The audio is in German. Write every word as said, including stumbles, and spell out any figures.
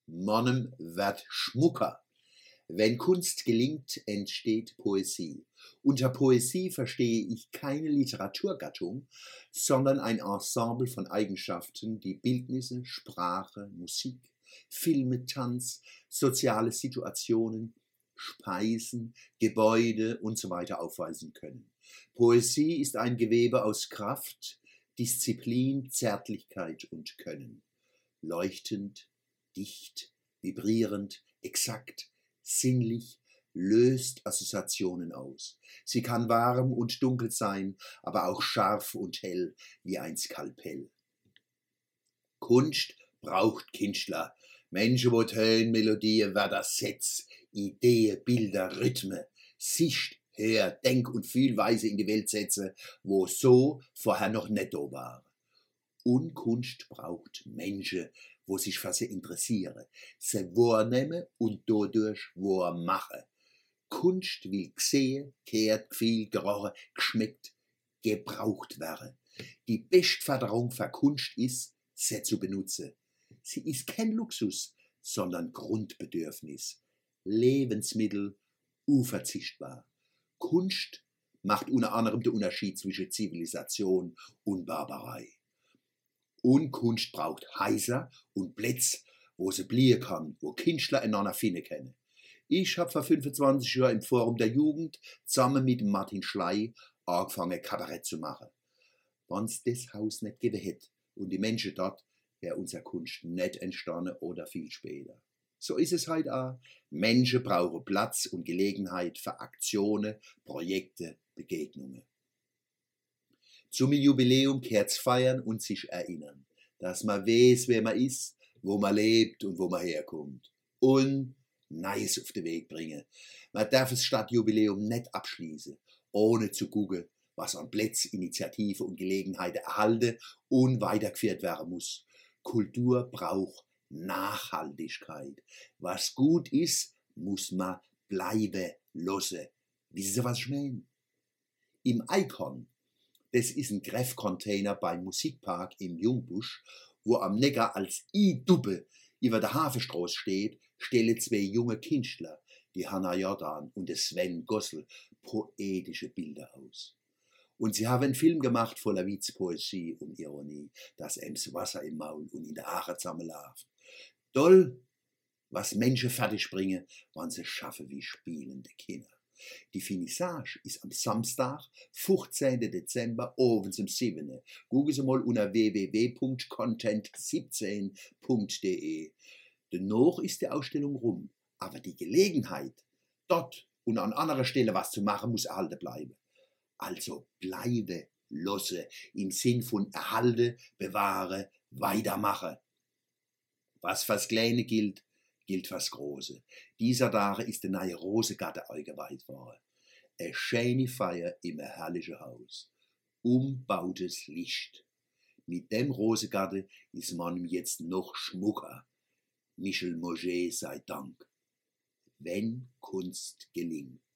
Mannem wird schmucker. Wenn Kunst gelingt, entsteht Poesie. Unter Poesie verstehe ich keine Literaturgattung, sondern ein Ensemble von Eigenschaften, die Bildnisse, Sprache, Musik, Filme, Tanz, soziale Situationen, Speisen, Gebäude und so weiter aufweisen können. Poesie ist ein Gewebe aus Kraft, Disziplin, Zärtlichkeit und Können. Leuchtend, dicht, vibrierend, exakt, sinnlich, löst Assoziationen aus. Sie kann warm und dunkel sein, aber auch scharf und hell wie ein Skalpell. Kunst braucht Künstler, Menschen, die Töne, Melodien, Wörter, Sätze, Ideen, Bilder, Rhythmen, Sicht, Hör-, Denk- und Fühlweise in die Welt setzen, wo so vorher noch nicht da waren. Und Kunst braucht Menschen, wo sich für sie interessieren, sie wahrnehmen und dadurch wahrmachen. Kunst will gesehen, gehört, gefühlt, gerochen, geschmeckt, gebraucht werden. Die beste Förderung für Kunst ist, sie zu benutzen. Sie ist kein Luxus, sondern Grundbedürfnis. Lebensmittel, unverzichtbar. Kunst macht unter anderem den Unterschied zwischen Zivilisation und Barbarei. Und Kunst braucht Häuser und Plätze, wo sie blieben kann, wo Künstler einander finden können. Ich habe vor fünfundzwanzig Jahren im Forum der Jugend zusammen mit Martin Schley angefangen, Kabarett zu machen. Wenn es das Haus nicht gegeben hätte und die Menschen dort, wäre unsere Kunst nicht entstanden oder viel später. So ist es halt auch. Menschen brauchen Platz und Gelegenheit für Aktionen, Projekte, Begegnungen. Zum Jubiläum kehrt's feiern und sich erinnern, dass man weiß, wer man ist, wo man lebt und wo man herkommt. Und Neues auf den Weg bringen. Man darf das Stadtjubiläum nicht abschließen, ohne zu gucken, was an Plätzen, Initiativen und Gelegenheiten erhalten und weitergeführt werden muss. Kultur braucht Nachhaltigkeit. Was gut ist, muss man bleiben lassen. Wissen Sie, was ich meine? Im Icon, das ist ein Greffcontainer beim Musikpark im Jungbusch, wo am Neckar als I-Duppe über der Hafenstraße steht, stellen zwei junge Künstler, die Hanna Jordan und der Sven Gossel, poetische Bilder aus. Und sie haben einen Film gemacht voller Witz, Poesie und Ironie, dass ems Wasser im Maul und in der Ache zusammenläuft. Toll, was Menschen fertig bringen, wenn sie schaffen wie spielende Kinder. Die Finissage ist am Samstag, fünfzehnten Dezember, abends um sieben. Gucken Sie mal unter w w w punkt content siebzehn punkt de. Danach ist die Ausstellung rum, aber die Gelegenheit, dort und an anderer Stelle was zu machen, muss erhalten bleiben. Also bleibe losse im Sinn von erhalte, bewahre, weitermache. Was fürs Kleine gilt, gilt fürs Große. Dieser Tage ist der neue Rosengarten eingeweiht worden. Eine schöne Feier im herrlichen Haus. Umbautes Licht. Mit dem Rosengarten ist man jetzt noch schmucker. Michel Mauger sei Dank. Wenn Kunst gelingt.